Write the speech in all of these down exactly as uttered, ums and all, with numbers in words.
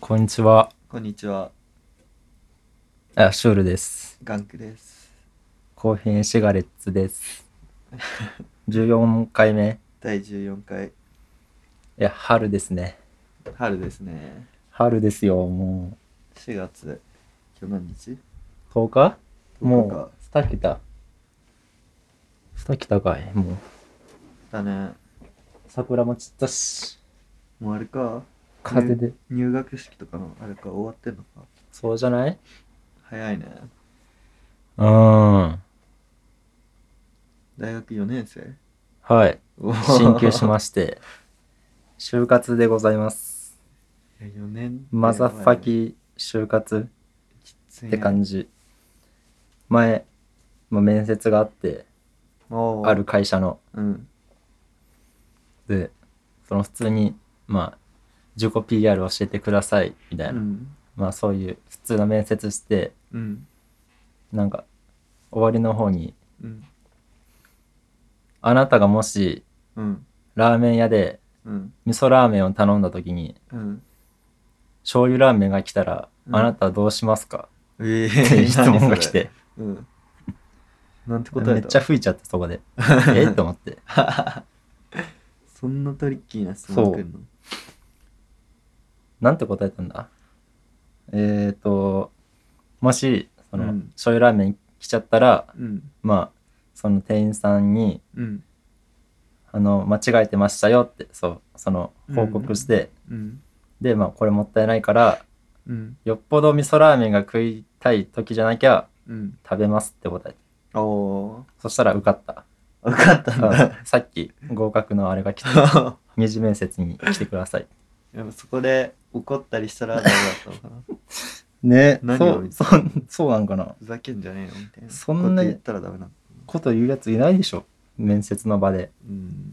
こんにちは。 こんにちは、 あ、シュールです。 ガンクです。 コーヒーシガレッツです。じゅうよんかいめ。 だいじゅうよんかい、 いや、春ですね。 春ですね。 春ですよ、もしがつ、今日何日？ う。とおかとおかもか。 う、スタ来た。スタ来たかい。もう、 だね。 桜も散ったし、 もうあれか。 風で。 入入学式とかのあれか、終わってんのか。 そうじゃない？ 早いね。 うーん。 大学よねん生？ はい。 お進級しましして、就活でございます。 た。よねんってマザフやばいね。 ァキ就活ってきついね。 感じ。前、もう面接があって、 おー。 ある会社の。 うん。 で、その普通に、まあ、自己 ピーアール 教えてください、みたいな。 うん。 まあそういう普通の面接して、 うん。 なんか、終わりの方に、 うん。 あなたがもし、 うん。 ラーメン屋で、 うん。 味噌ラーメンを頼んだ時に、 うん。 醤油ラーメンが来たら、あなうん。 たはどうしますかええー、 っていう質何それ。 問が来て、 うん。なんて答えた？ めっちゃ吹いちゃってそこで。えと思って。 そんなトリッキーな質問そう。 くんの？ なんて答えたんだ？えーと、もし、その、 うん。 醤油ラーメン来ちゃったら、 うん。 まあ、その店員さんに、 うん。 あの、間違えてましたよって、そう、その、 うん。 報告して、 うん。 で、まあ、これもったいないから、 うん。 よっぽど味噌ラーメンが食いたい時じゃなきゃ、 うん。 食べますって答えて。 おー。 そしたら受かった。 わかったんうん、 だ。 さっき合格のあれが来て、二次面接に来てください。 やっぱそこで怒ったりしたらダメだったのかな。 ね、そう、 何をみたいな。 そう、そうなんかな。 ふざけんじゃねえよみたいなそんなこと言ったらダメなの。 こと言うやついないでしょ。面接の場で。 うん。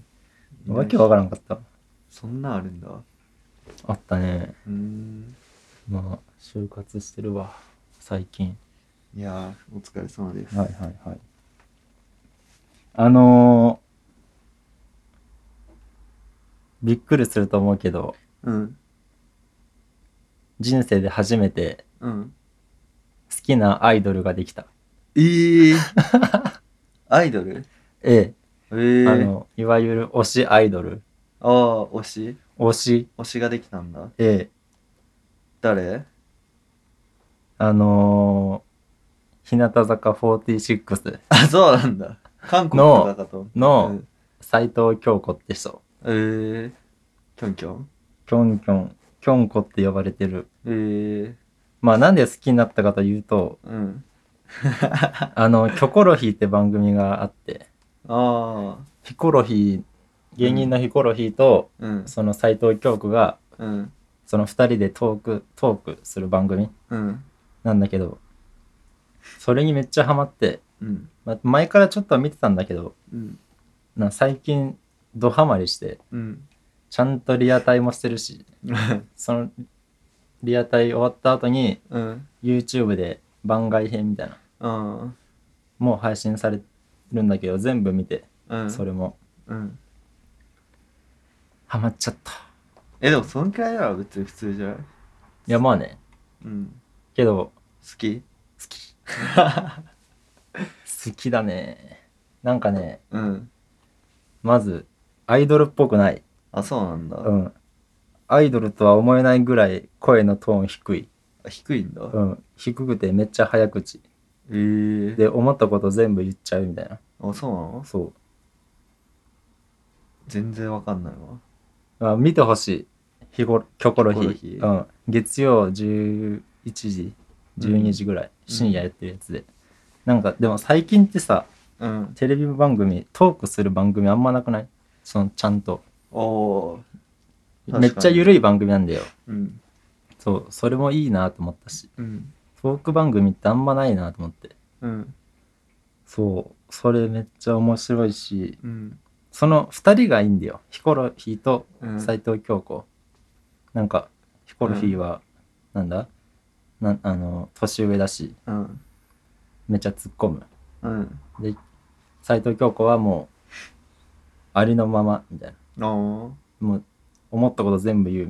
いないっしょ。 わけわからんかった。 そんなんあるんだ。うあったね。 ーん。 まあ、就活してるわ。最近。 いやー、お疲れ様です。 はいはいはい。あのー、びっくりすると思うけど、 うん。 人生で初めてうん。 好きなアイドルができた。 えー、アイドル？ ええ。 えー、 あの、いわゆる推しアイドル。 ああ、推し推し。 推しができたんだ。 ええ。 誰？ あのー、日向坂フォーティーシックスあ、そうなんだ。韓国とかの、 かと思った。うの、 ん。 斎藤京子って人。 えー、キョンキョン？ キョンキョン、キョンコって呼ばれてる。 えー、 まあなんで好きになったかというと、 うん。 あの、キョコロヒーって番組があって、 ああ、 ヒコロヒー、芸人のヒコロヒーと、 うん、 その斎藤京子が、 うん、 その二人でトーク、トークする番組うん、 なんだけど、それにめっちゃハマって、 うん、 まあ、前からちょっとは見てたんだけど、 うん、 な最近ドハマりして、 うん、 ちゃんとリアタイもしてるし、そのリアタイ終わった後にうん、 YouTube で番外編みたいな、 うん、 もう配信されるんだけど、全部見て、 うん、 それもうん。 ハマっちゃった。 え、でもそんくらいは別に普通じゃない？ いやまあね、 うん。 けど、 好き？ 好き。好きだね。なんかね、 うん。 まず、アイドルっぽくない。 あ、そうなんだ。 うん。アイドルとは思えないぐらい声のトーン低い。 あ、低いんだ。 うん。低くてめっちゃ早口。 えー。 で、思ったこと全部言っちゃうみたいな。 あ、そうなの？ そ全然わかんないわ。 う。あ、見てほしい。日頃、キョコロヒー。 キョコロヒー。 うん。月曜じゅういちじ、じゅうにじぐらい。 うん深夜やってるやつで。なんか、でも最近ってさ、 うん。 テレビ番組、トークする番組あんまなくない？その、ちゃんと。 おー。 めっちゃ緩い番組なんだよ。 うん。 そう、それもいいなと思ったし。 うん。 トーク番組ってあんまないなと思って。 うん。 そう、それめっちゃ面白いし、 うん。 その二人がいいんだよ。ヒコロヒーとうん。 斎藤京子。なんか、ヒコロヒーは、なんだなあの、年上だし、 うん。 めっちゃ突っ込む。 うん。 で、斎藤京子はもう、ありのまま、みたいな。 おー。 もう、思ったこと全部言うみたいな。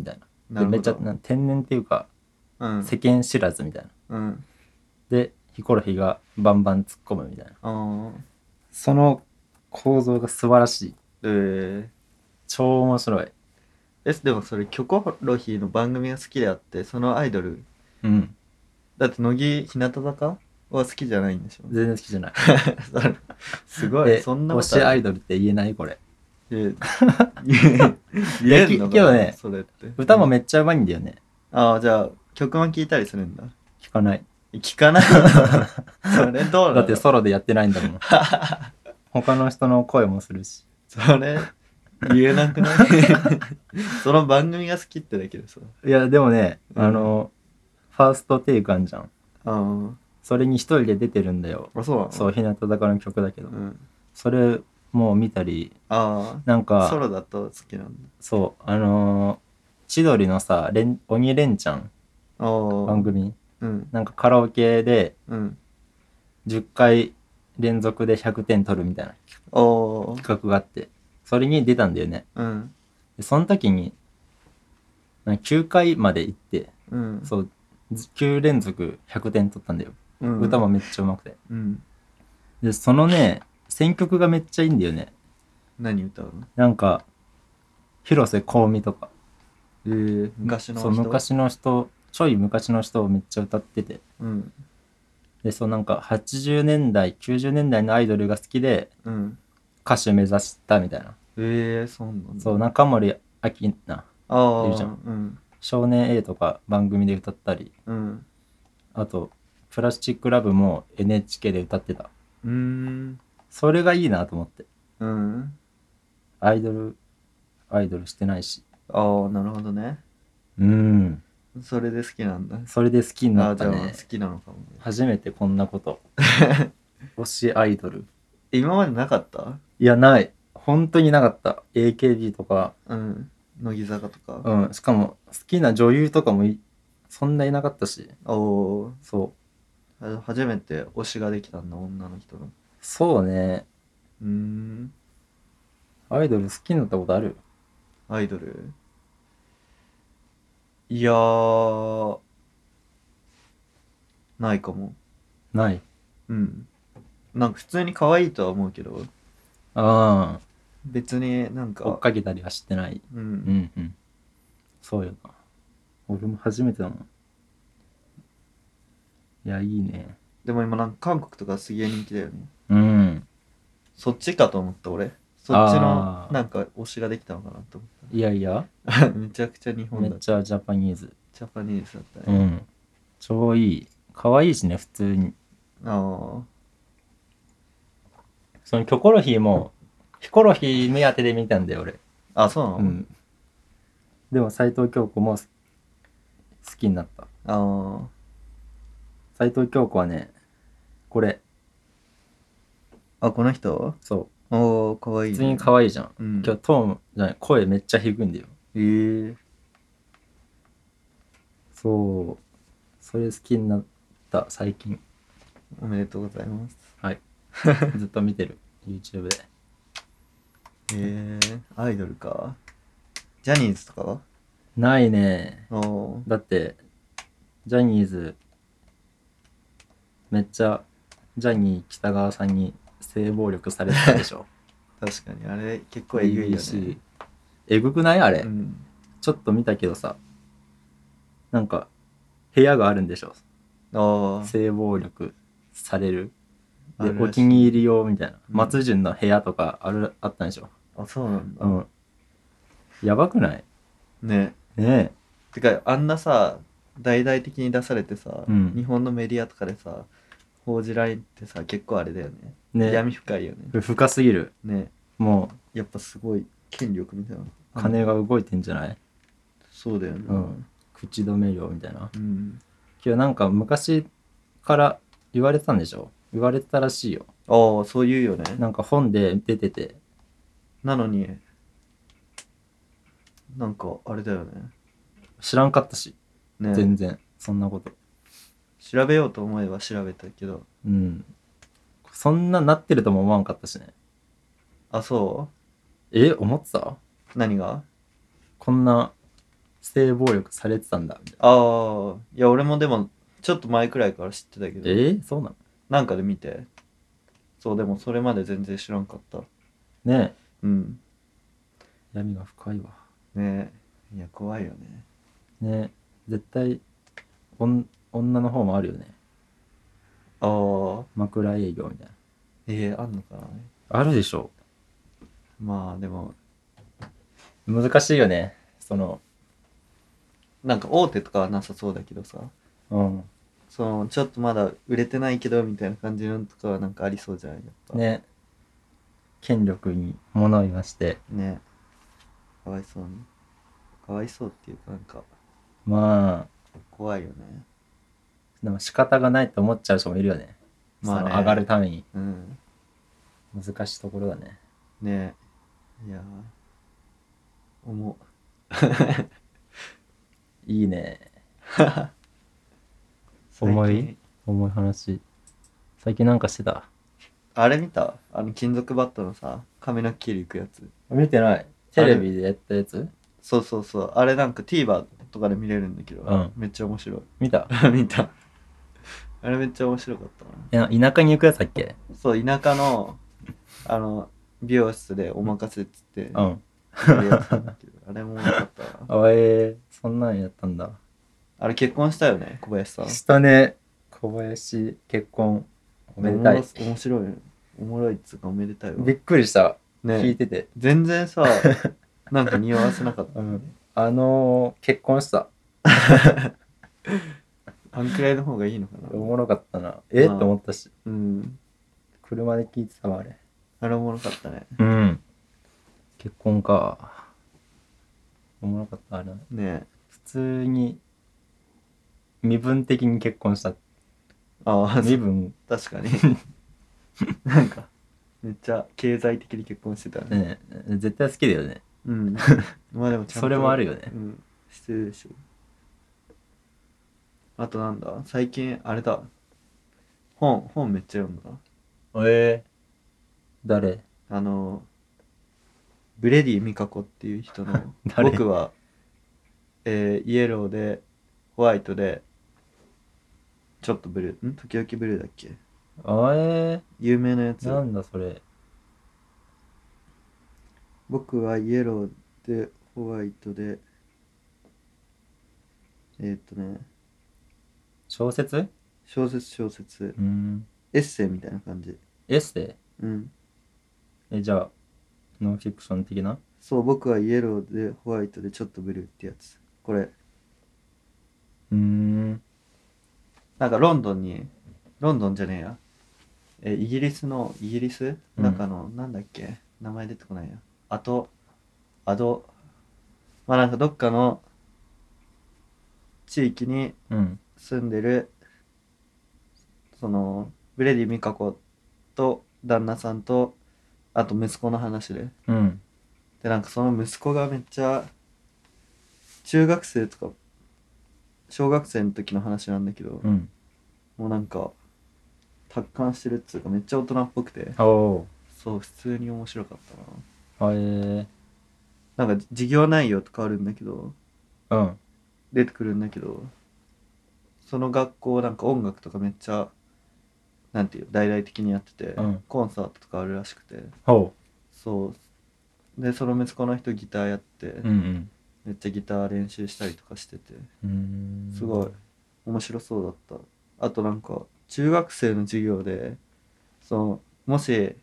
なるほどめっちゃな天然っていうかうん世間知らずみたいな。 うんでヒコロヒーがバンバン突っ込むみたいな。 あーその構造が素晴らしい。 えー、 超面白い。 えでもそれキョコロヒーの番組が好きであってそのアイドルうん。 だって乃木日向坂は好きじゃないんでしょ全然好きじゃない。 それすごいえ、 そんな推しことあるアイドルって言えないこれ。 え言えんのかなけどねそれって歌もめっっちゃうまいんだよね。 ああじゃあ曲も聴いたりするんだ聞かない。 聞かないのそれそれどうなのだってソロでやってないんだもん。他の人の声もするし。 それ言えなくないその番組が好きってだけでさいやでもね、 うんあのファーストテイクあんじゃん。 あそれに一人で出てるんだよ。 あそうなのそう、日向坂の曲だけど。 うんそれもう見たり、 あなんあソか、 ロだと好きなんだそう、あのー千鳥のさ、レン鬼レンちゃんああ番組、 うんなんかカラオケでうんじゅっかい連続でひゃくてん取るみたいなおー企画があって、それに出たんだよね。 うんでその時に、なんかきゅうかいまで行って、 うんそう、きゅう連続ひゃくてん取ったんだよ。 うん歌もめっちゃうまくて。 うんで、そのね、選曲がめっちゃいいんだよね。 何歌うのなんか、広瀬香美とか。 えー、昔の人そう、昔の人、ちょい昔の人をめっちゃ歌ってて。 うんで、そうなんかはちじゅうねんだい、きゅうじゅうねんだいのアイドルが好きでうん歌手目指したみたいな。 えー、そうなんだそう、中森明菜、 ああいるじゃんうん少年 A とか番組で歌ったり、 うんあと、プラスチックラブも エヌエイチケー で歌ってた。 うーんそれがいいなと思って。 うんアイドル、アイドルしてないし。 ああなるほどねうん。 それで好きなんだそれで好きになああじゃあったね。 好きなのかもね初めてこんなこと。推しアイドル。 今までなかったいや、ない。本当になかった。エーケービー とか。 うん乃木坂とかうん。しかも、好きな女優とかもいそんないなかったし。 おおそう。 ー初めて推しができたんだ女の人のそうね。 うーんアイドル好きになったことある？ アイドルいやーないかもない。 うんなんか普通に可愛いとは思うけどあ別になんあ。追っかかけたりはしてない。 ううんんうん。そうよな。俺も初めてだもん。いや、いいね。 でも今なんか韓国とかすげえ人気だよねうん。 そっちかと思った俺そっちのあーなんか推しができたのかなと思っいやいや、 ためちゃくちゃ日本めだっちゃジャパニーズ。 ジャパニーズだったね、 うん。超いい。可愛いしね、普通に。 あそのキョコロヒーも、ヒコロヒー目当てで見たんだよ、俺。 ああそうなの、 うん。でも斎藤京子も好きになった。 あ斎藤京子はね、これ、 ああこの人そう。 おーかわいい、ね、 普通に可愛いじゃん。 うん今日トーンじゃない、声めっちゃ低いんだよ。 えー、 そう。それ好きになった、最近。 おめでとうございますはい。ずっと見てる。YouTube で。 えー、アイドルかジャニーズとかはないね。 おーだって、ジャニーズ、めっちゃ、ジャニー喜多川さんに性暴力されてたでしょ。 確かにあれ結構えぐいよねえぐくないあれ、 うんちょっと見たけどさ、なんか、部屋があるんでしょ。 ああ性暴力される。で、 あるらしいお気に入り用みたいな。 うん松潤の部屋とかある、あったんでしょ。 あそうなんだ、 うん。やばくない？ ねねてかあんなさ大々的に出されてさ、 うん日本のメディアとかでさ報じられてさ結構あれだよねえ。ね闇深いよねえ。深すぎる。 ねもやっぱすごい権力みたいなう、金が動いてんじゃない？ そうだよねうん。口止め料みたいな。 うんけどなんか昔から言われてたんでしょ？言われてたらしいよ。 ああそう言うよねなんか本で出てて。 なのになんかあれだよね知らんかったし。 ね全然。そんなこと。 調べようと思えば調べたけどうん。そんななってるとも思わんかったしね。 あそえ、思ってた？ う何がこんな性暴力されてたんだみたいな。 ああ、いや俺もでもちょっと前くらいから知ってたけど、 えー、そうなの？ なんかで見て、そうでもそれまで全然知らんかった。 ねうん。 え、闇が深いわ。 ねえ、いや怖いよね。 ねえ、絶対おん女の方もあるよね。 ああ、 枕営業みたいな。 ええあんのかな。 あるでしょ。 まあでも難しいよね。その、 なんか大手とかはなさそうだけどさ、 うん。 そのちょっとまだ売れてないけどみたいな感じのとかはなんかありそうじゃないやっぱ。 ね、権力に物を言わして、 ね、かわいそうに。かわいそうっていうかなんかまあ、 怖いよね。 でも仕方がないと思っちゃう人もいるよね。 まあねその上がるために。 うん。 難しいところだね。 ねいやー、思う。 いいね。 最重い近、 重い話。最近なんかしてた？ あれ見たあの金属バットのさ、髪の毛切りいくやつ。 見てない。テレビでやったやつ？ そうそうそう。あれなんか TVer とかで見れるんだけど、 うんめっちゃ面白い。 見た？ 見た。あれめっちゃ面白かったな。 いや、田舎に行くやつだっけ？ そう、田舎の、あの、美容室でお任せっつって、 うん。 やるやつなんだけど、あれも面白かったな。 あえー、そんなんやったんだ。 あれ結婚したよね、小林さん。 したね。小林結婚おめでたい。 おもろ面白い。おもろいっつうかおめでたいわ。 びっくりした。 ね聞いてて。 全然さ、なんか匂わせなかった、ねうんあのー、結婚した。 あんくらいの方がいいのかな。 おもろかったな。え、 まあと思ったし。 うん。 車で聞いてたわ、あれ。 あれおもろかったね。 うん。結婚か。おもろかった、あれ。 ね普通に、身分的に結婚した。 ああ、 身分、 確かに。なんか、めっちゃ経済的に結婚してたね。 ね、絶対好きだよね。 うん。まあでもちゃんと。 それもあるよねうん。してるでしょ。あとなんだ最近、あれだ。本、本めっちゃ読んだ。 えー、誰？ あの、ブレディ・ミカコっていう人の、 誰僕は、えーイエローで、ホワイトで、ちょっとブルー、ん時々ブルーだっけあえ有名なやつ。 ー、なんだそれ。 僕はイエローで、ホワイトで、えーっとね、 小説？ 小説小説、 うーん。 エッセイみたいな感じ。 エッセイ？ うん。 え、じゃあ、ノンフィクション的な？ そう、僕はイエローで、ホワイトで、ちょっとブルーってやつ。これ、 うーん。 なんかロンドンに、ロンドンじゃねえや。え、イギリスの、イギリスうん中の、なんだっけ名前出てこないや。あと、アド、まあなんかどっかの地域にうん。 住んでる、その、ブレディ・ミカコと旦那さんと、あと息子の話で。 うん。 で、なんかその息子がめっちゃ、中学生とか、小学生の時の話なんだけど、 うん。 もうなんか、達観してるっつうかめっちゃ大人っぽくて、 おお。 そう、普通に面白かったあえー、 な。なんか授業内容とかあるんだけど、 うん。 出てくるんだけど、その学校なんか音楽とかめっちゃ、なんていう、大々的にやってて、 うんコンサートとかあるらしくて、 ほそう。で、その息子の人ギターやって、 う。うんうん。 めっちゃギター練習したりとかしてて、 うーん。 すごい面白そうだった。あとなんか、中学生の授業で、その、もし、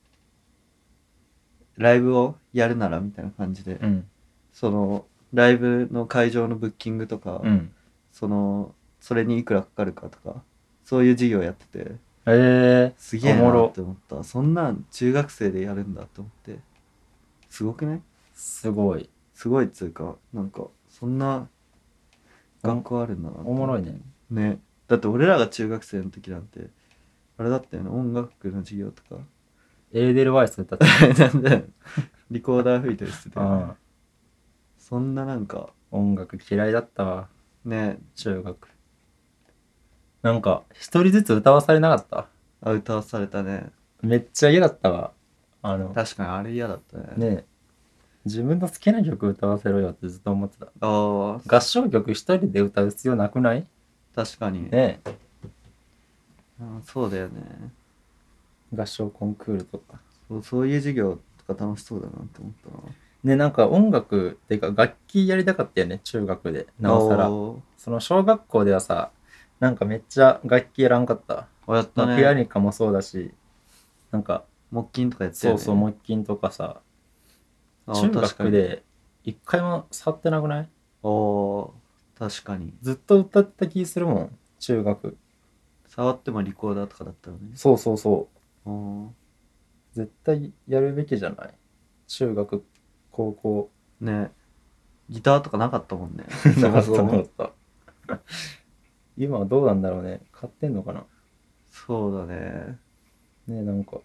ライブをやるならみたいな感じで、 うん。 その、ライブの会場のブッキングとか、 うん。 その、それにいくらかかるかとか、そういう授業やってて、 えー、 すげえなおもろって思った。そんなん中学生でやるんだって思って。すごくない？ すごい。 すごいっつうか、なんか、そんな学校あるんだなって思って。 おもろいね。 ね。だって俺らが中学生の時なんて、あれだったよね、音楽の授業とか。 エーデルワイス歌ってなんで、リコーダー吹いたりしてたた。 よね。 ああ。 そんななんか、 音楽嫌いだったわ。 ね、 中学。なんか、一人ずつ歌わされなかった？ あ、歌わされたね。 めっちゃ嫌だったわ。あの、 確かにあれ嫌だったね。 ね自分の好きな曲歌わせろよってずっと思ってた。 ああ、 合唱曲一人で歌う必要なくない？ 確かに。 ねえ。 あそうだよね。 合唱コンクールとか。 そうそういう授業とか楽しそうだなって思ったな。 ね、なんか音楽っていうか楽器やりたかったよね、中学で。なおさら。 おその小学校ではさ、なんかめっちゃ楽器やらんかった。 ーやったまあ、ピアね。 ニカもそうだし、なんか、 木琴とかやってるよね。 そうそう、木琴とかさ、 あー中確かに。 学で一回も触ってなくない？ おー確かに。 ずっと歌ってた気するもん、中学。 触ってもリコーダーとかだったらね。 そうそうそおーう。絶対やるべきじゃない？中学、高校。 ね。ギターとかなかったもんね。 なかったそもそもなかった。今はどうなんだろうね。買ってんのかな？ そうだね。 ね、なんか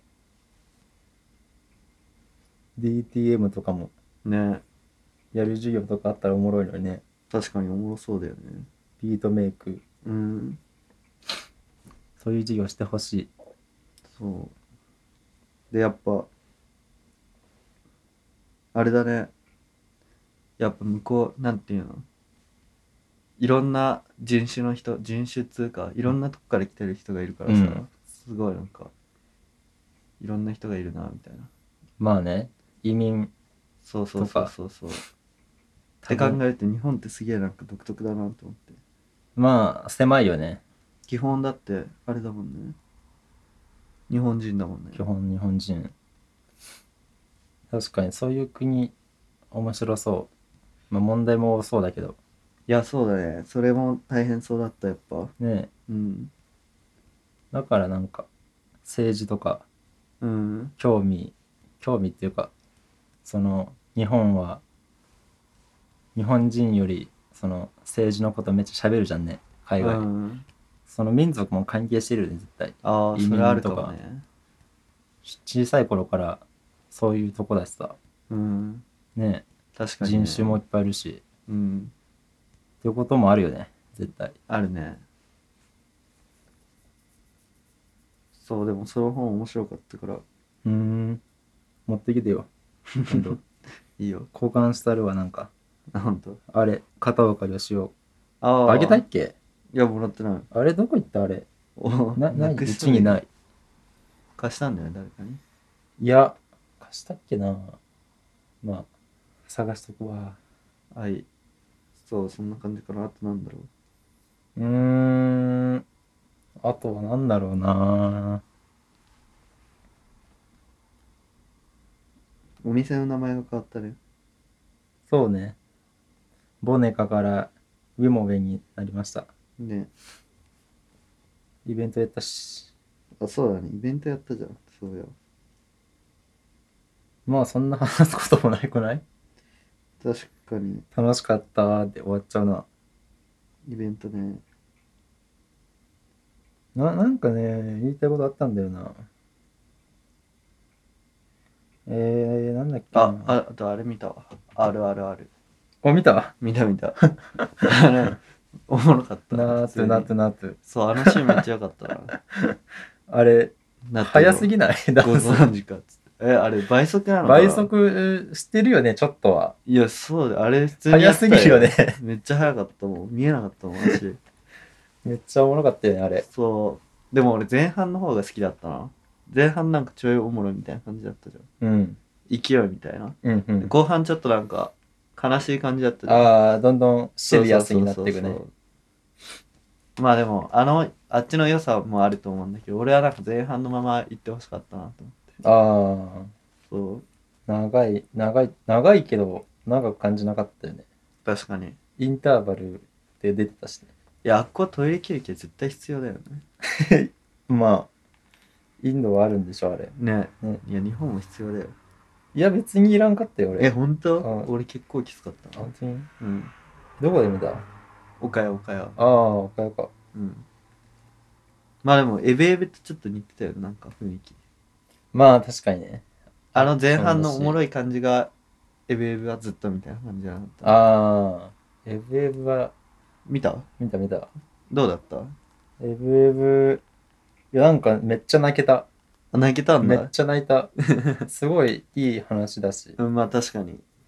ディーティーエム とかもね。 やる授業とかあったらおもろいのにね。 確かにおもろそうだよね。 ビートメイク、 うん。 そういう授業してほしい。 そう。で、やっぱ、あれだね。やっぱ向こう、なんていうのいろんな人種の人、人種っつうか、いろんなとこから来てる人がいるからさ、 うんすごいなんか、いろんな人がいるな、みたいな。 まあね、移民そうそうそうそうそう。って考えると日本ってすげえなんか独特だなと思って。 まあ狭いよね。 基本だってあれだもんね。日本人だもんね。 基本日本人。確かにそういう国面白そう。まあ問題も多そうだけど。 いや、そうだね。それも大変そうだった、やっぱ。 ねうん。 だからなんか政治とかうん。 興味、興味っていうか、その日本は日本人よりその政治のことめっちゃ喋るじゃんね、海う外。 ん。 その民族も関係してるよね、絶対。 ああ、 移それある民とか。 かもね。 小さい頃からそういうとこだしさ。 うん。 ね確かに、ね。 人種もいっぱいいるし。 うん。 っていうこともあるよね、絶対。 あるね。そう、でもその本面白かったから、 うーん。持ってきてよ。今度。 いいよ。 交換したるわ、なんか。 あ、ほんと。 あれ、片岡義雄。 ああげたっけ？ いや、もらってない。 あれ、どこ行ったあれ。 おな、ない、うなくしちにない。 貸したんだよね、誰かに。 いや、貸したっけな。まあ、探しとくわ。 はい。そう、そんな感じかな。あとなんだろう。 うーん。あとはなんだろうな。 お店の名前が変わったね。 そうね。ボネカからウィモベになりました。 ね。 イベントやったし。 あ、そうだね。イベントやったじゃん。そうや。 まあ、そんな話すこともないくない？ 確かに、 楽しかったって終わっちゃうな。 イベントね。 な、なんかね、言いたいことあったんだよな。えー、なんだっけあ、 な。 あ、あとあれ見たわ。あるあるある。 お、見た？ 見た見た。あれ、おもろかった。 なーつな普通につなつ。 そう、あのシーンめっちゃ良かったな。 あれ、 なって早すぎない？ダごンス。 存知かっつって。え、あれ、倍速なのかな倍速してるよね、ちょっとは。 いや、そうだよ。あれ、普通にや早ったよすぎるよね。 めっちゃ早かったもん。見えなかったもん、私。 めっちゃおもろかったよね、あれ。 そう。でも俺、前半の方が好きだったな。前半なんかちょいおもろいみたいな感じだったじゃん。 うん。 勢いみたいな。 うんうん。 後半ちょっとなんか、悲しい感じだったじゃん。 ああ、どんどんシリアスになっていくねそうそうそう。そうまあでも、あの、あっちの良さもあると思うんだけど、俺はなんか前半のまま行ってほしかったなと思って。 ああ、 そう。 長い、長い、長いけど、長く感じなかったよね。 確かに。いインターバルで出てたしね。 や、あっこはトイレ休憩絶対必要だよね。 まあ、インドはあるんでしょ、あれ。 ね。 ねいや、日本も必要だよ。 いや、別にいらんかったよ、俺。 え、本当あ俺結構きつかったな。 本当にうん。 どこで見た？あ岡谷岡谷。 あー、岡山か。 うん。まあでも、エベエベとちょっと似てたよ、なんか雰囲気。 まあ、確かにね。 あの前半のおもろい。 い感じが、エベエベはずっとみたいな感じじゃなかった。 ああ、エブエブは、 見た見た見た。 どうだったエブエブ、いや、なんかめっちゃ泣けた。 あ泣けたんだ。 めっちゃ泣いた。すごいいい話だし。 うん、まあ確かに。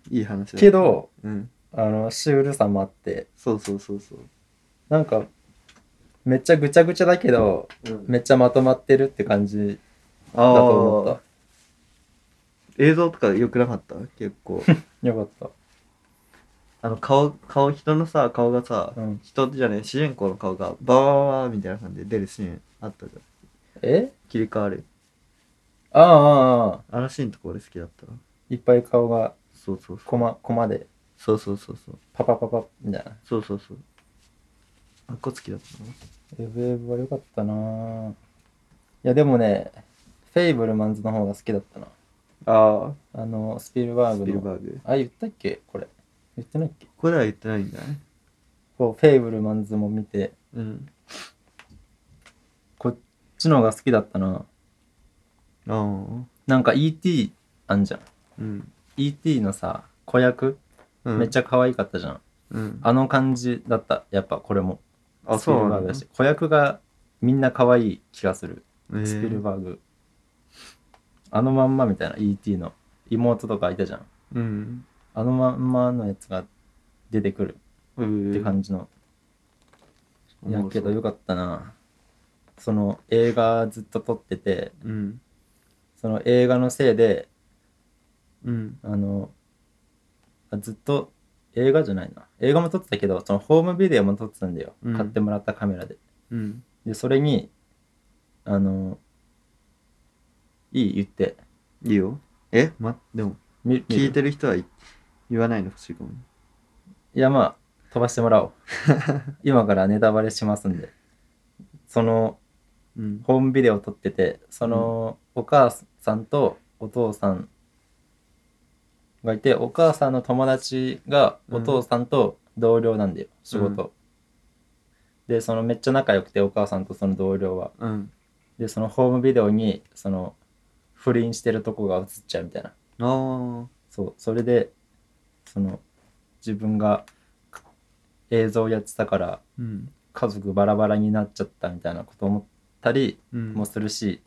いい話だ。 けどうん。 あのシュールさもあって、 そうそうそうそう。 なんかめっちゃぐちゃぐちゃだけどうん、 めっちゃまとまってるって感じあだと思っあ、映像とか良くなかった結構。 た。よかった。 あの顔、顔、人のさ、顔がさ、 うん人じゃねえ、主人公の顔がバーバーみたいな感じで出るシーンあったじゃん。 え切り替わる。 あああああああのシーンとか俺好きだったな。 いっぱい顔がそうそうそう。 コマコマでそうそうそうそう。 パパパパみたいな。 そうそうそう。あっこ好きだったな。 ウェブウェブは良かったなぁ。いやでもね、フェイブルマンズの方が好きだったな。 ああ、 あの、スピルバースグの。 ピルバーグ。 あ、言ったっけこれ。言ってないっけ。 ここでは言ってないんだね。 こう、フェイブルマンズも見て、 うん。 こっちの方が好きだったな。 ああ。 なんか イーティー あんじゃん。 うん。 イーティー のさ、子役、 うん、 めっちゃ可愛かったじゃん。 うん。 あの感じだった。やっぱこれも。 あ、 スピルそうなんだ。 バーグだし。子役がみんな可愛い気がする。 えースピルバーグ。あのまんまみたいな イーティー の妹とかいたじゃん。 うん。 あのまんまのやつが出てくるえーって感じの。いやおもろそうけどよかったな。その映画ずっと撮ってて、 うん。 その映画のせいで、 うん。 あの、あずっと映画じゃないな。映画も撮ってたけど、そのホームビデオも撮ってたんだよ。 うん買ってもらったカメラで。 うん。 で、それに、あの、いい言って、 いいよ。えま、でも、 み見聞いてるる人は言わないの不思議も。 いや、まあ、飛ばしてもらおう。今からネタバレしますんで。その、 うん。 ホームビデオを撮ってて、その、お母さんとお父さんがいて、お母さんの友達がお父さんと同僚なんだよ、仕事。で、そのめっちゃ仲良くて、お母さんとその同僚は。 うん。 で、そのホームビデオに、その、不倫してるとこが映っちゃうみたいな。 ああ。 そう、それで、その、自分が映像やってたから、 うん。 家族バラバラになっちゃったみたいなこと思ったりうん。 もするし、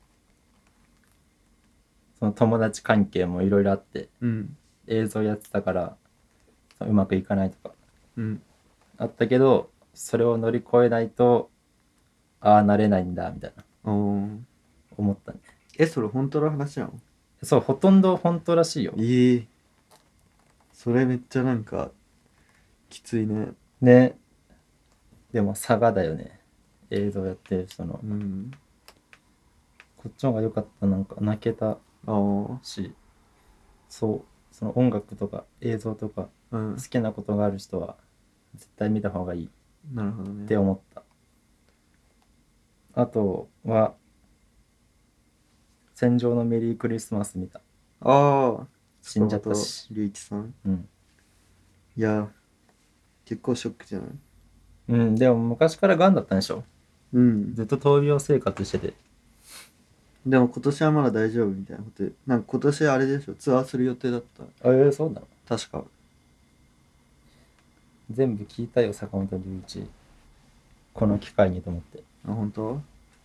その友達関係もいろいろあって、 うん。 映像やってたからうまくいかないとかうん。 あったけど、それを乗り越えないとああなれないんだみたいなおー思ったね。 え、それ本当の話なの？ そう、ほとんど本当らしいよ。 ええ、それめっちゃなんかきついね。 ね。でも差がだよね。映像やってる人の。 うん。 こっちの方が良かった。なんか泣けたああ。 し、そう、その音楽とか映像とかうん好。きなことがある人は絶対見た方がいいなるほどね。 って思った。あとは戦場のメリークリスマス見た。 ああ。 死んじゃったし。 龍一さん。 うん。 いや、結構ショックじゃない？ うん、でも昔からガンだったんでしょ。 うん。 ずっと闘病生活してて。 でも今年はまだ大丈夫みたいなことで、なんか今年あれでしょ、ツアーする予定だった。 あ、えー、そうなの。 確か。 全部聞いたよ、坂本龍一。この機会にと思って。 あ、本当？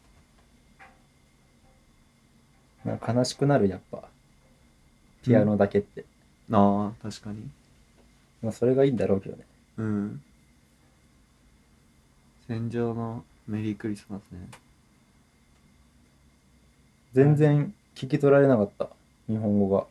なんか悲しくなる、やっぱ。ピアノだけって。 ああ、確かに。 まあ、それがいいんだろうけどね。 うん。戦場のメリークリスマスね。 全然聞き取られなかった。日本語が。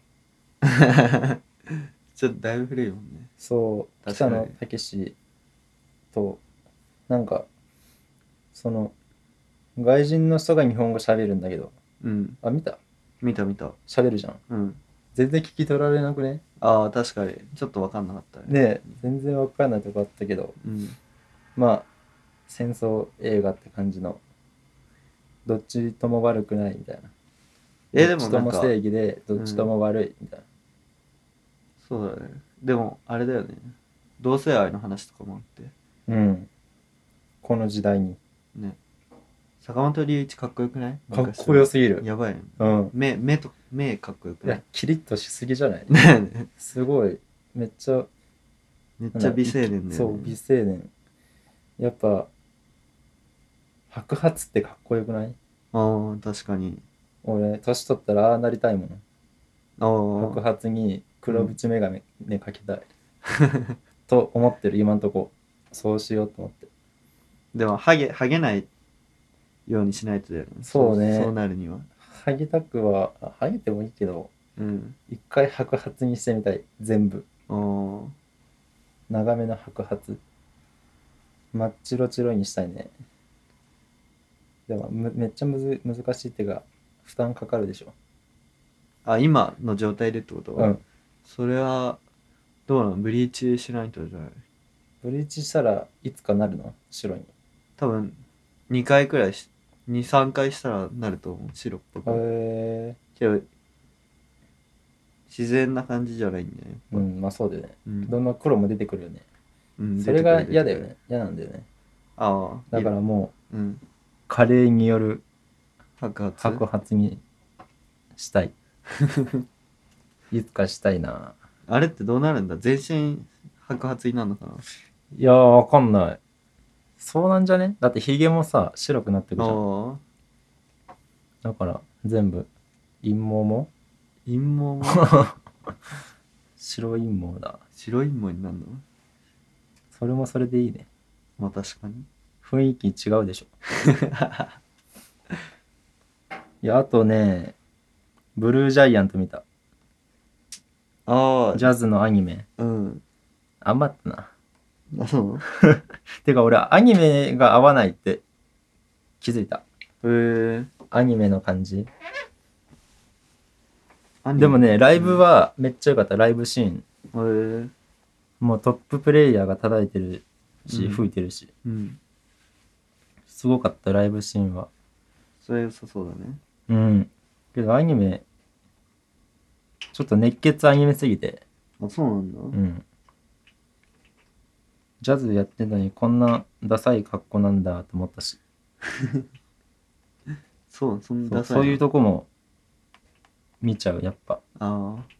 ちょっとだいぶ古いもんね。 そう、 確かに北野武と、なんか、その、外人の人が日本語喋るんだけど、 うん。 あ、見た見た見た。 喋るじゃん。 うん。 全然聞き取られなくね。 ああ、確かに。ちょっとわかんなかったね。 ねえ、全然わかんないとこあったけど、 うん。 まあ、戦争映画って感じの、どっちとも悪くないみたいな。 え、でどっちとももなんか、 正義で、どっちとも悪いみたいな。 そうだね。でも、あれだよね。同性愛の話とかもあって。 うん。この時代に。 ね。坂本龍一かっこよくない？ かっこよすぎる。 やばいよね。 うん。 目、目と、目かっこよくいやない？、 キリッとしすぎじゃないねえねすごい、めっちゃ、 めっちゃ美青年だよね。 そう、美青年。やっぱ、白髪ってかっこよくない？ ああ、確かに。 俺、年取ったらああなりたいもん。 ああ、 白髪に黒縁眼鏡ねかけたい、と思ってる今んとこ。そうしようと思って。 でもハゲハゲないようにしないとだよね。 そうねそうなるには。 ハゲたくはあハゲてもいいけど、 うん。 一回白髪にしてみたい。全部おー。 長めの白髪、真っ白白にしたいね。でもむめっちゃむず難しいっていうか負担かかるでしょ。 あ、今の状態でってことは、 うんそれはどうなの？ブリーチしないとじゃない？ ブリーチしたらいつかなるの？白に。 多分にかいくらいしにさんかいしたらなると思う、白っぽく。 へえけど自然な感じじゃないんだよね。 ー、うんまあそうだよね。 うんどんどん黒も出てくるよね。 うん、 それが出てくる嫌だよね。嫌なんだよね。 ああ、 だからもういうん、 加齢による白髪。 白髪にしたい。いつかしたいな。 あれってどうなるんだ？全身白髪になるのかな？ いやーわかんない。そうなんじゃね？だってヒゲもさ白くなってくじゃん。 ああ、 だから全部陰毛も陰毛も白陰毛だ。 白陰毛になるの？ それもそれでいいね。 まあ確かに。 雰囲気違うでしょ。いやあとねブルージャイアント見た。 ああ、 ジャズのアニメ。 うん。 あんまったな。 あ、そうてか俺アニメが合わないって気づいた。 へえ。 アニメの感じ。 アニメでもねライブはめっちゃ良かった。ライブシーンへえ。 もうトッププレイヤーが叩いてるし、 うん吹いてるし、 うん。 すごかったライブシーンは。 それ良さそうだね。 うんけどアニメちょっと熱血アニメすぎて、 あ、そうなんだ。 うんジャズやってんのにこんなダサい格好なんだと思ったし、 そう、そんなそうダサいな。 そういうとこも見ちゃうやっぱ。 ああ。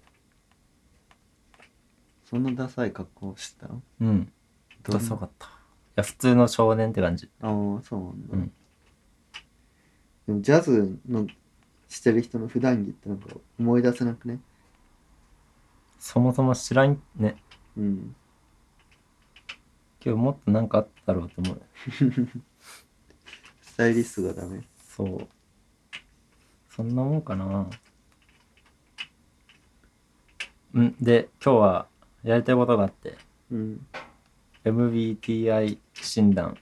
そんなダサい格好してたの？ うんどんダサかった。いや普通の少年って感じ。 ああ、そうなんだ。 うんでもジャズのしてる人の普段着ってなんか思い出せなくね？ そもそも知らんね。 うん。 今日もっとなんかあったろうと思う。 スタイリストがダメ。 そうそんなもんかな。うんで今日はやりたいことがあって、 うん。 エムビーティーアイ 診断。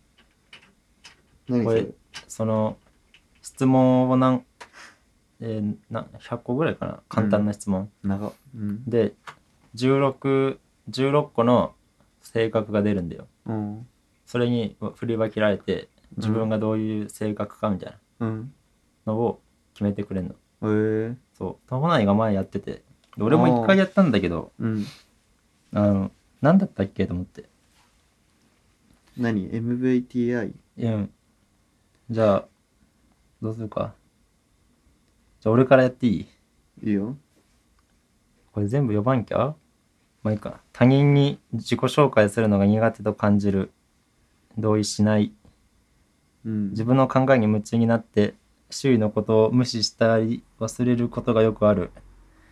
これ何それ？ その質問をなん、えーなひゃっこぐらいかな、簡単な質問、 長っ。うん。 でじゅうろく、じゅうろっこの性格が出るんだよ。 うん。 それに振り分けられて自分がどういう性格かみたいうん。 なのを決めてくれるの。 へえ。 そう友内が前やってて、で俺も一回やったんだけど、 うん。 あの何だったっけと思って。 何？ エムブイティーアイ？ うんじゃあどうするか。じゃあ俺からやっていい？ いいよ。 これ全部読まんきゃ。まあいいか。他人に自己紹介するのが苦手と感じる。同意しない。 うん。 自分の考えに夢中になって周囲のことを無視したり忘れることがよくある。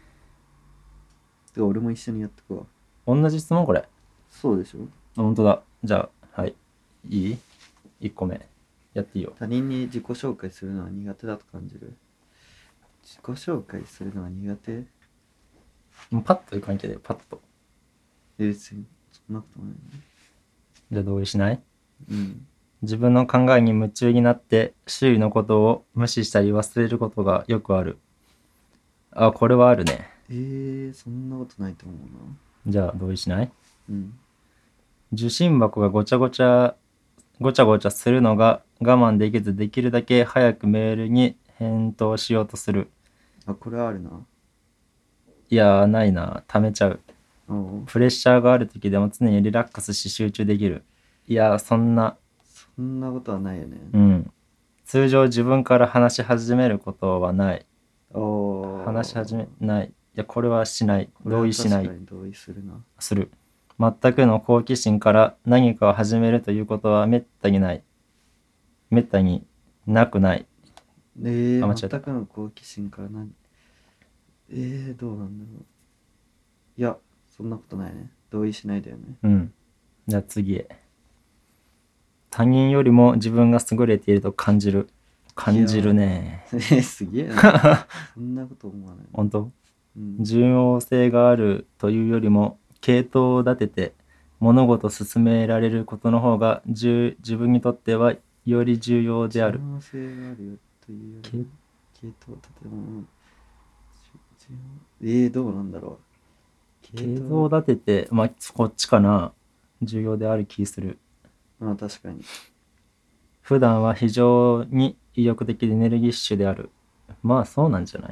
てか俺も一緒にやってくわ。 同じ質問これ。 そうでしょ？ 本当だ。じゃあはいいい ?いっ 個目やっていいよ。 他人に自己紹介するのは苦手だと感じる。自己紹介するのは苦手？ もうパッという関係でパッと。 え、別にそんなことないね。 じゃあ同意しない？ うん。 自分の考えに夢中になって周囲のことを無視したり忘れることがよくある。あ、これはあるね。 えー、そんなことないと思うな。 じゃあ同意しない？ うん。 受信箱がごちゃごちゃごちゃごちゃするのが我慢できず、できるだけ早くメールに返答しようとする。 あ、これはあるな。 いやーないな、溜めちゃう。 おう。 プレッシャーがある時でも常にリラックスし集中できる。いやーそんな、 そんなことはないよね。 うん通常自分から話し始めることはない。 おー。 話し始めない。いやこれはしない。 これは同意しない確かに同意するな。 する。全くの好奇心から何かを始めるということはめったにない。めったになくない。 えー、 あ間違えた全くの好奇心から何？えー、どうなんだろいや、そんなことないね。同意しないだよね。 うん。じゃあ次へ。他人よりも自分が優れていると感じる。感じるね。 えーすげえな。そんなこと思わない。 本当？ うん。 重要性があるというよりも、系統を立てて物事を進められることの方が自分にとってはより重要である。 重要性があるよというよりも、系統建物、えー、どうなんだろう。 系統を立てて、まあ、こっちかな。重要である気する。 まあ確かに。 普段は非常に意欲的でエネルギッシュである。まあそうなんじゃない？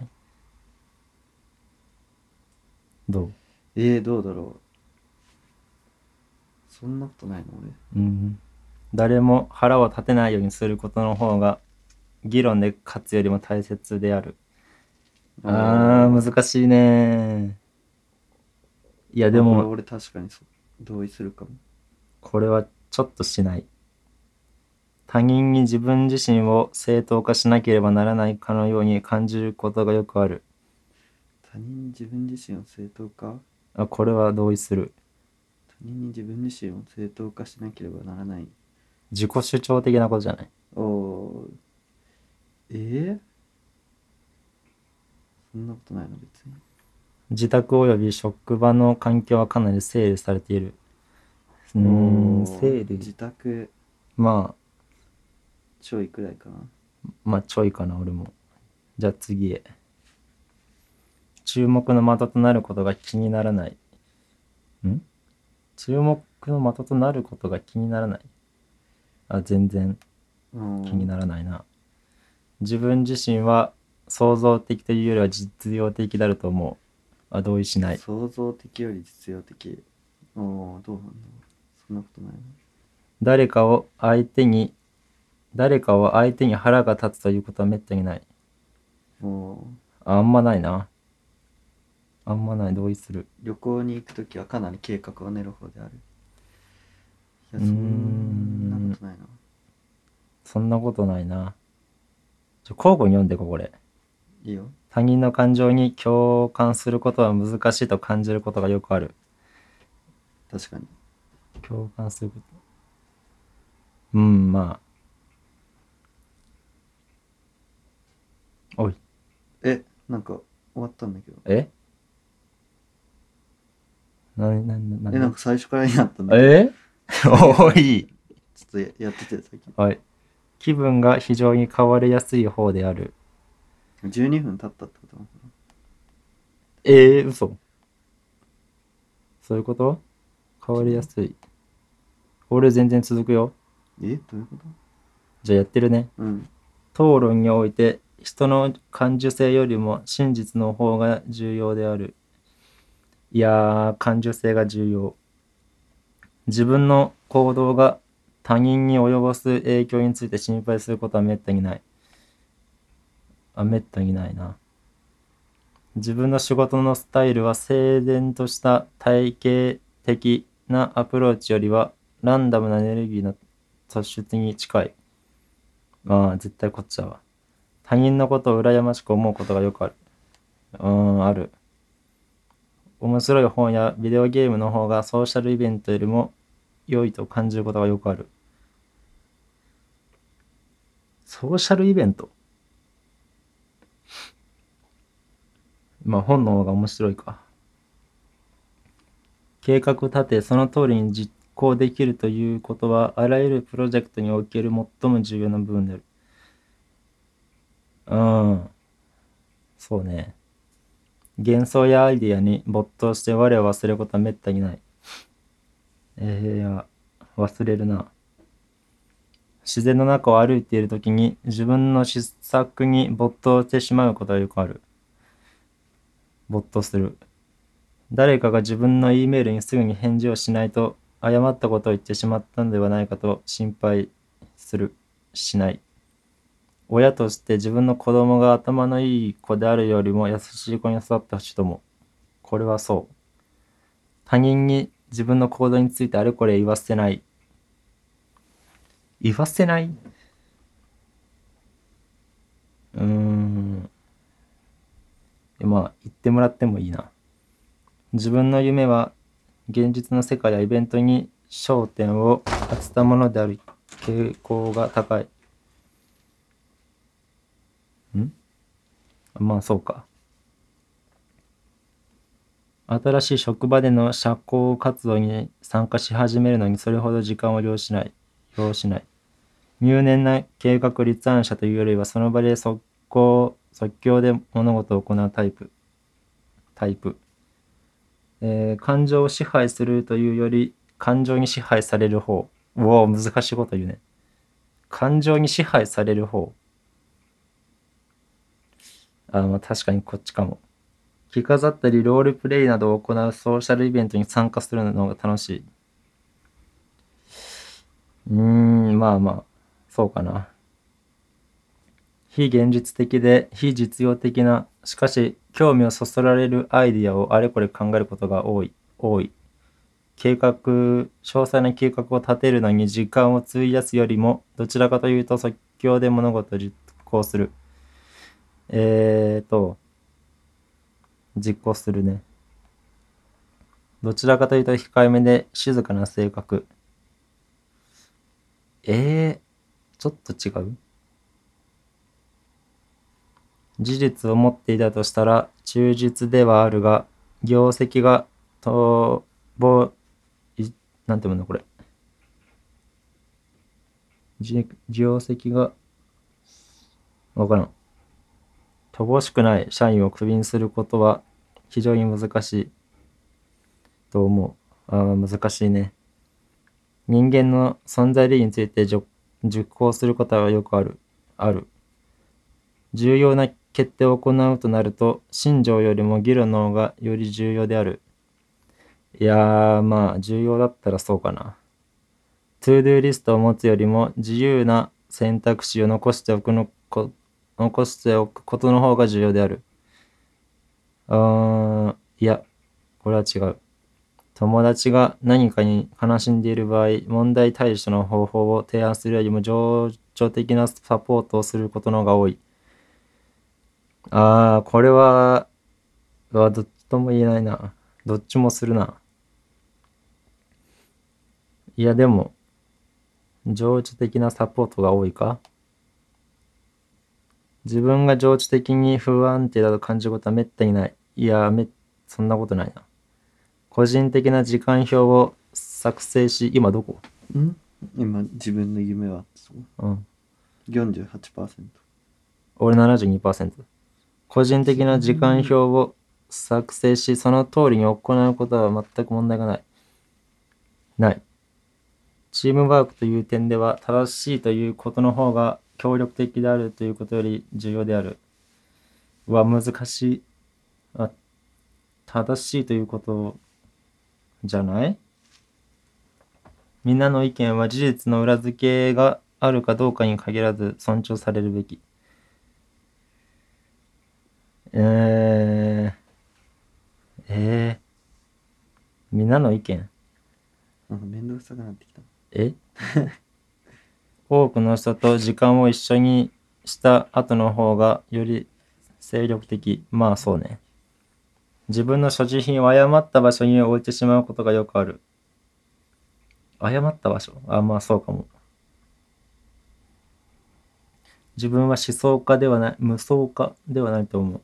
どう？ えー、どうだろう。そんなことないの俺。 うん。誰も腹を立てないようにすることの方が議論で勝つよりも大切である。あー、難しいね。いやでも、 これ俺確かにそう同意するかも。 これはちょっとしない。他人に自分自身を正当化しなければならないかのように感じることがよくある。 他人に自分自身を正当化あ、これは同意する。 他人に自分自身を正当化しなければならない。 自己主張的なことじゃない？ おー、えー、そんなことないの別に。 自宅及び職場の環境はかなり整理されている。うーん、整理。 自宅まあ、 ちょいくらいかな。 まあちょいかな、俺も。じゃあ次へ。注目の的となることが気にならない。ん？注目の的となることが気にならない。あ、全然気にならないな。自分自身は創造的というよりは実用的であると思う。あ、同意しない。 創造的より実用的。おお、どうなんだろう。そんなことないな。 誰かを相手に、誰かを相手に腹が立つということはめったにない。 おお。 あ、あんまないな。あんまない、同意する。 旅行に行くときはかなり計画を練る方である。いや、 うーそんんなことないな。 そんなことないな。ちょ交互に読んでこ、これ。 いいよ。 他人の感情に共感することは難しいと感じることがよくある。 確かに。 共感すること。うん、まあ。おい。 え、なんか終わったんだけど。 えなになになにえ、なんか最初からになったんだけど。 えおい。 ちょっと や, やってて、最近。 はい。気分が非常に変わりやすい方である。 じゅうにふん経ったってことなのかな。 えー、嘘。そういうこと？変わりやすい。俺全然続くよ。 え、どういうこと？ じゃあやってるね。 うん。 討論において人の感受性よりも真実の方が重要である。いやー、感受性が重要。自分の行動が他人に及ぼす影響について心配することはめったにない。あ、めったにないな。自分の仕事のスタイルは整然とした体系的なアプローチよりはランダムなエネルギーの突出に近い。ああ、絶対こっちだわ。他人のことを羨ましく思うことがよくある。うん、ある。面白い本やビデオゲームの方がソーシャルイベントよりも良いと感じることがよくある。ソーシャルイベント？まあ本の方が面白いか。計画を立て、その通りに実行できるということは、あらゆるプロジェクトにおける最も重要な部分である。うん。そうね。幻想やアイディアに没頭して我を忘れることはめったにない。えー、いや、忘れるな。自然の中を歩いているときに自分の施策に没頭してしまうことはよくある。没頭する。誰かが自分の E メールにすぐに返事をしないと誤ったことを言ってしまったのではないかと心配する。しない。親として自分の子供が頭のいい子であるよりも優しい子に育ってほしいと思う。これはそう。他人に自分の行動についてあれこれ言わせない。言わせない？うーん。まあ、言ってもらってもいいな。 自分の夢は現実の世界やイベントに焦点を当てたものである傾向が高い。んまあそうか。新しい職場での社交活動に参加し始めるのにそれほど時間を要しない。要しない。入念な計画立案者というよりはその場で即興、即興で物事を行うタイプ。タイプ。えー感情を支配するというより感情に支配される方。うおー、難しいこと言うね。感情に支配される方。あ、まあ確かにこっちかも。着飾ったりロールプレイなどを行うソーシャルイベントに参加するのが楽しい。うーん、まあまあ、そうかな。非現実的で非実用的な、しかし興味をそそられるアイディアをあれこれ考えることが多い。多い。計画、詳細な計画を立てるのに時間を費やすよりも、どちらかというと即興で物事を実行する。えーと、実行するね。どちらかというと控えめで静かな性格。えー、ちょっと違う。事実を持っていたとしたら忠実ではあるが、業績がとぼ、いなんて読むのこれ。じ業績が、わからん。乏しくない社員をクビにすることは非常に難しいと思う。あー難しいね。人間の存在理由についてじょ熟考することはよくある。ある。重要な決定を行うとなると、信条よりも議論の方がより重要である。いやー、まあ、重要だったらそうかな。トゥードゥーリストを持つよりも自由な選択肢を残しておくのこ残しておくことの方が重要である。うーん、いや、これは違う。友達が何かに悲しんでいる場合、問題対処の方法を提案するよりも情緒的なサポートをすることの方が多い。あー、これは、うわどっちとも言えないな。どっちもするな。いや、でも、情緒的なサポートが多いか。自分が情緒的に不安定だと感じることはめったにない。いや、め、そんなことないな。個人的な時間表を作成し、今どこ。 ん今自分の夢はうん。 よんじゅうはちパーセント。 俺ななじゅうにパーセント。個人的な時間表を作成し、その通りに行うことは全く問題がない。ない。チームワークという点では、正しいということの方が協力的であるということより重要である。うわ、難しい。あ、正しいということじゃない？みんなの意見は事実の裏付けがあるかどうかに限らず尊重されるべき。えー、えー、みんなの意見。 なんかめんどくさくなってきた。 え多くの人と時間を一緒にした後の方がより精力的。まあそうね。自分の所持品を誤った場所に置いてしまうことがよくある。誤った場所。あ、まあそうかも。自分は思想家ではない、無双家ではないと思う。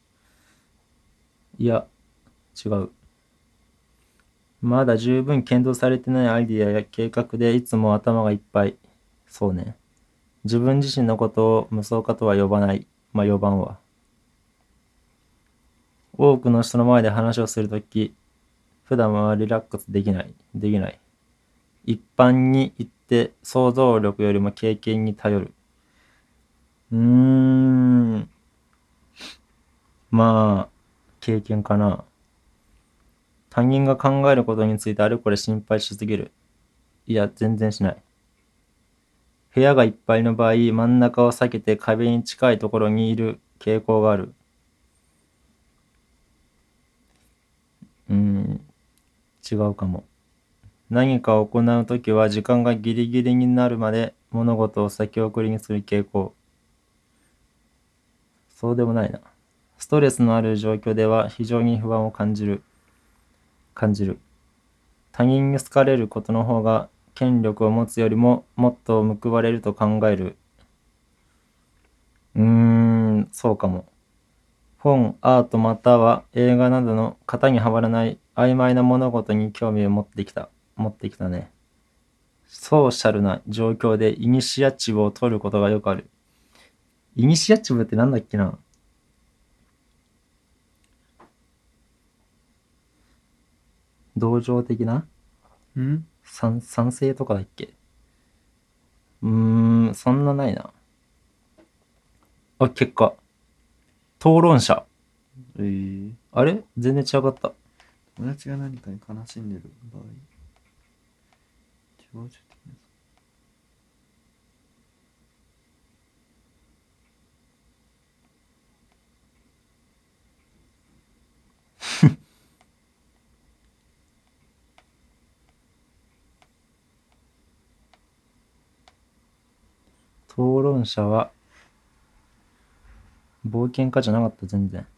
いや、違う。まだ十分検討されてないアイディアや計画でいつも頭がいっぱい。そうね。自分自身のことを無双家とは呼ばない。まあ呼ばんわ。多くの人の前で話をするとき、普段はリラックスできない。できない。一般に言って想像力よりも経験に頼る。うーん。まあ、経験かな。他人が考えることについてあれこれ心配しすぎる。いや、全然しない。部屋がいっぱいの場合、真ん中を避けて壁に近いところにいる傾向がある。うーん、違うかも。何かを行うときは時間がギリギリになるまで物事を先送りにする傾向。そうでもないな。ストレスのある状況では非常に不安を感じる。 感じる。他人に好かれることの方が権力を持つよりももっと報われると考える。うーん、そうかも。本、アートまたは映画などの型にはまらない曖昧な物事に興味を持ってきた。持ってきたね。ソーシャルな状況でイニシアチブを取ることがよくある。イニシアチブってなんだっけな。同情的なん賛賛成とかだっけ。うーん、そんなないな。あ、結果。討論者。 えー、 あれ全然違かった。 友達が何かに悲しんでる場合。自業自得な討論者は冒険家じゃなかった。全然。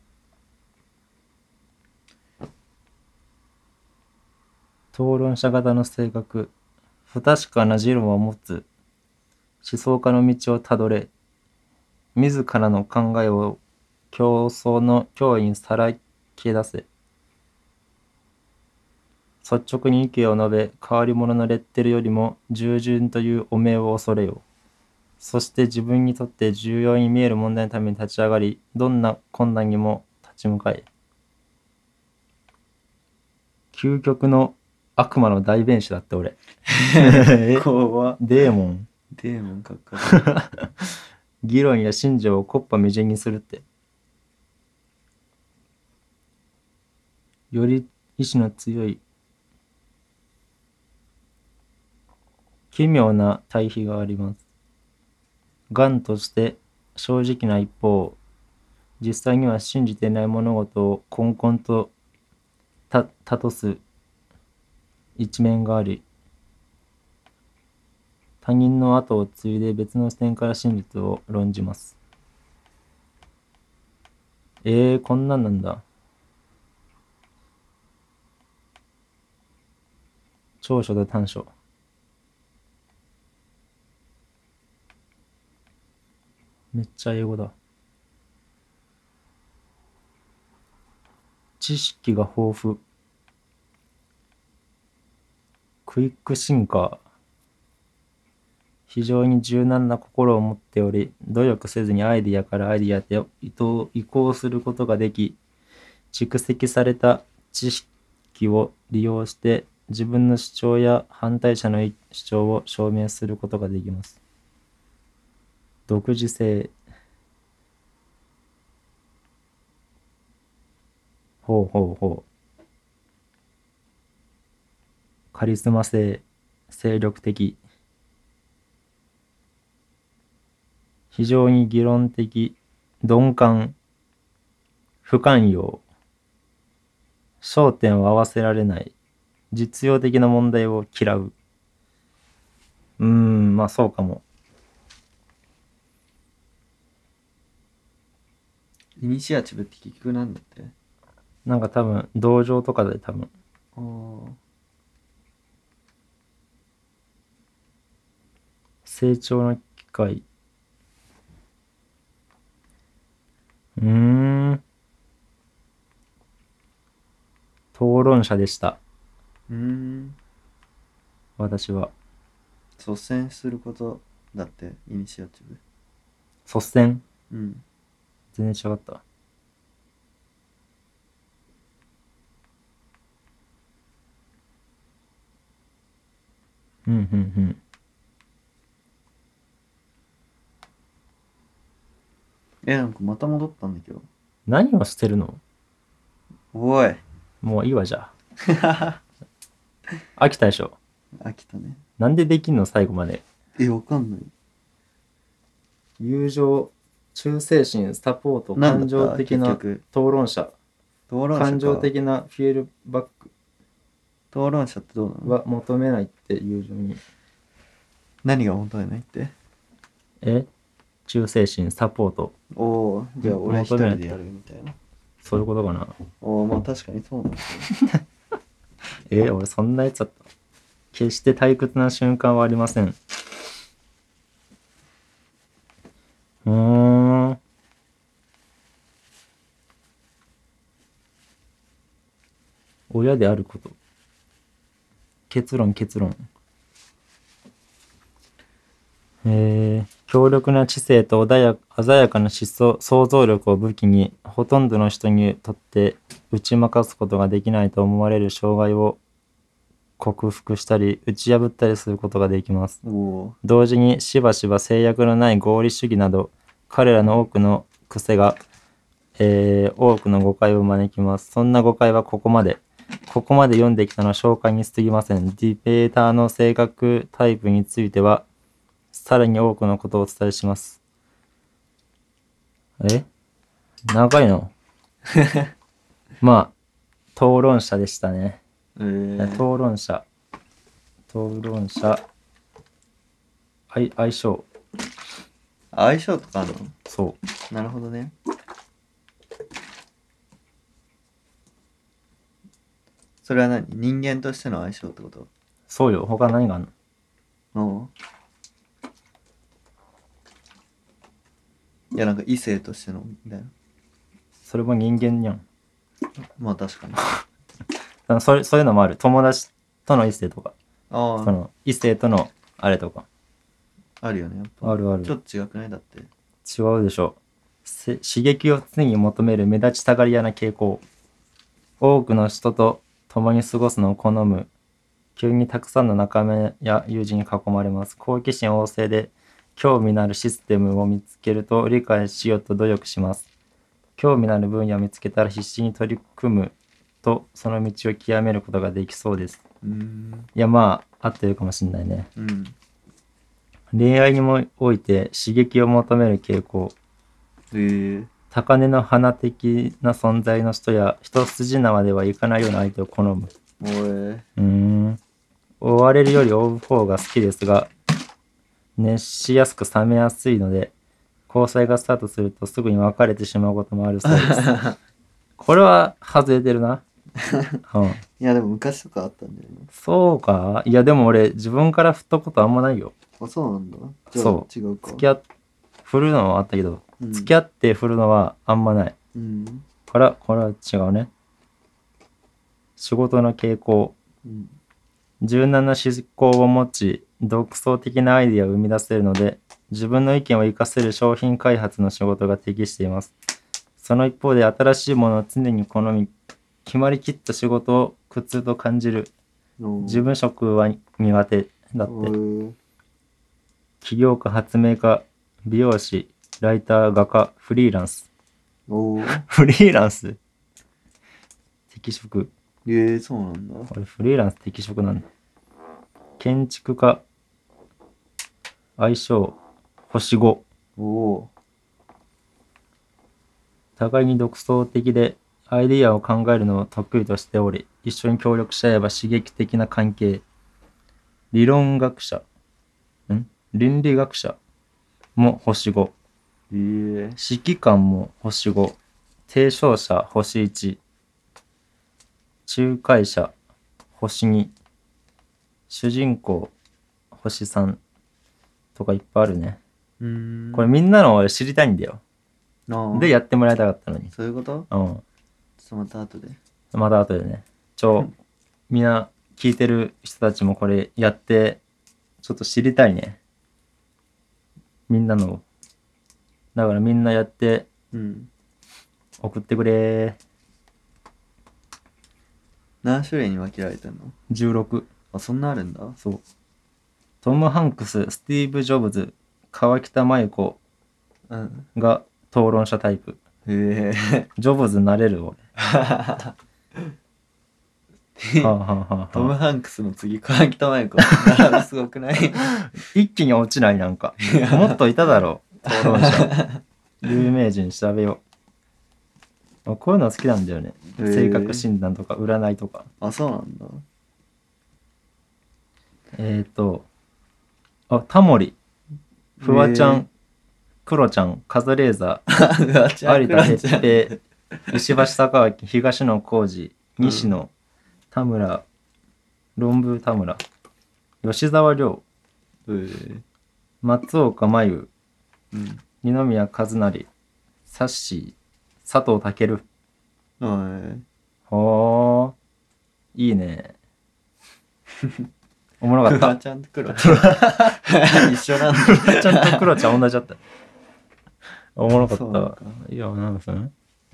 討論者型の性格。不確かな持論を持つ。思想家の道をたどれ。自らの考えを競争の脅威にさらけ出せ。率直に意見を述べ、変わり者のレッテルよりも従順という汚名を恐れよ。そして自分にとって重要に見える問題のために立ち上がり、どんな困難にも立ち向かえ。究極の悪魔の代弁者だって俺。え怖っ。 デーモン。 デーモンかっか議論や信条を木っ端みじんにするって。より意志の強い奇妙な対比があります。癌として正直な一方、実際には信じていない物事をこんこんとたとす一面があり、他人の後を継いで別の視点から真実を論じます。えー、こんなんなんだ。長所と短所。めっちゃ英語だ。知識が豊富。クイックシンカー。非常に柔軟な心を持っており、努力せずにアイディアからアイディアへ移動移行することができ、蓄積された知識を利用して自分の主張や反対者の主張を証明することができます。独自性。ほうほうほう。カリスマ性。精力的。非常に議論的。鈍感。不寛容。焦点を合わせられない。実用的な問題を嫌う。うーん、まあそうかも。 イニシアチブって結局なんだって。 なんか多分、同情とかで多分。 ああ。 成長の機会。うーん。討論者でした。 うーん。 私は。 率先することだって、イニシアチブ。 率先。 うん。 全然違った。うんうんうん。 え、なんかまた戻ったんだけど。 何をしてるの？ おい。 もういいわじゃあ。飽きたでしょ。 飽きたね。 なんでできんの最後まで。 え、わかんない。 友情、忠誠心、サポート、感情的な討論者。 討論者か。 感情的なフィードバック。 討論者ってどうなの？ は求めないって友情に。 何が求めないって？ え？忠誠心、サポート。 おお、じゃあ俺一人でやるみたいな。 そういうことかな。 おお、まあ確かにそうなんだね。 えー、俺そんなやつだった。決して退屈な瞬間はありません。うーん。親であること。結論結論。えー、強力な知性と穏や鮮やかな思想想像力を武器に、ほとんどの人にとって打ち負かすことができないと思われる障害を克服したり打ち破ったりすることができます。 お同時にしばしば制約のない合理主義など彼らの多くの癖が、えー、多くの誤解を招きます。そんな誤解はここまでここまで読んできたのは紹介に過ぎません。ディベーターの性格タイプについてはさらに多くのことをお伝えします。え長いのまあ討論者でしたね。 えー、 討論者討論者相相性相性とかあるの？ そうなるほどね。それは何？人間としての相性ってこと？ そうよ。他何があるの？ おういやなんか異性としてのみたいな。 それも人間やん。 まあ確かに。 あのそれそういうのもある。友達との異性とか、 あその異性とのあれとか。 あ、あるよねやっぱ。 あるある。 ちょっと違くない？だって。 違うでしょ。せ刺激を常に求める目立ちたがり屋な傾向。多くの人と共に過ごすのを好む。急にたくさんの仲間や友人に囲まれます。好奇心旺盛で興味のあるシステムを見つけると理解しようと努力します。興味のある分野を見つけたら必死に取り組むとその道を極めることができそうです。 うーん。 いやまあ合ってるかもしれないね。 うん。 恋愛にもおいて刺激を求める傾向。 えー、 高嶺の花的な存在の人や一筋縄ではいかないような相手を好む。 おえうーん。追われるより追う方が好きですが、熱しやすく冷めやすいので、交際がスタートするとすぐに別れてしまうこともあるそうです。これは外れてるな。うん、 いやでも昔とかあったんだよね。 そうか。いやでも俺自分から振ったことあんまないよ。 あ、そうなんだ。じゃあそう違うか。 付き合っ振るのはあったけど、 うん付き合って振るのはあんまない。 うん。 からこれは違うね。仕事の傾向。 うん柔軟な思考を持ち、独創的なアイデアを生み出せるので、自分の意見を生かせる商品開発の仕事が適しています。その一方で新しいものを常に好み、決まりきった仕事を苦痛と感じる。 おー事務職は苦手だって。 おー起業家、発明家、美容師、ライター、画家、フリーランス。 おーフリーランス適職。 えー、そうなんだ。 これフリーランス適職なんだ。建築家、相性、星ご。 おお互いに独創的でアイディアを考えるのを得意としており、一緒に協力し合えば刺激的な関係。理論学者、ん倫理学者も星ご。 ー。えー、 指揮官も星ご。提唱者星いち。仲介者星に。主人公星さんとかいっぱいあるね。 うーん。 これみんなの俺知りたいんだよ。 あーでやってもらいたかったのに。 そういうこと？ うん。 ちょっとまた後で。 また後でね。ちょ、みんな聞いてる人たちもこれやって、ちょっと知りたいね。みんなの。だからみんなやってうん。 送ってくれ。 何種類に分けられてんの？ じゅうろく。 あ、そんなあるんだ。 そう。トム・ハンクス、スティーブ・ジョブズ、川北麻由子うん。 が討論者タイプ。 へえ。 ジョブズなれる俺。はあ、はあはあはトム・あ、 ハンクスの次、川北麻由子。並びすごくない？ 一気に落ちないなんか。もっといただろう。討論者。有名人調べよう。こういうの好きなんだよね。 へー性格診断とか占いとか。 あ、そうなんだ。 えっ、ー、と、あ、タモリ、フワちゃへーん、クロちゃん、カズレーザうわー、有田哲平、石橋貴明、東野幸治、西野、田村論文田村、吉沢亮、 うー松岡真優、 うん二宮和也、サッシー、佐藤健。 はいほー、いいね。おもろかった。 フワちゃんとクロちゃん一緒なんだ。 ちゃんとクロちゃん同じだった。おもろかったそうなんか。 いや、何分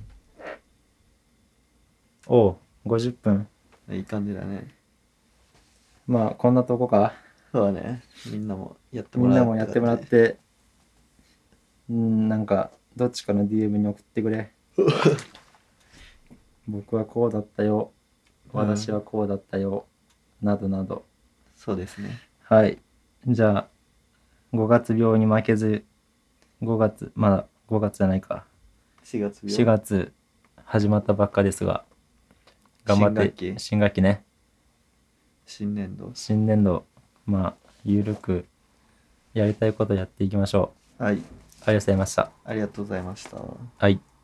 おう、ごじゅっぷん。 いい感じだね。 まあ、こんなとこか。 そうだね。みんなもやってみんもらうなもやってもらっ。て、うん、なんか、どっちかの ディーエム に送ってくれ。僕はこうだったよ。私はこうだったよ。などなど。 そうですね。 はい。じゃあ、ごがつ病に負けず、ごがつ、まだごがつじゃないか。 しがつ病。 しがつ始まったばっかですが、頑張って、 新学期新学期ね。 新年度。 新年度、まあ、ゆるくやりたいことやっていきましょう。 はい。 ありがとうございました。 ありがとうございました。 はい。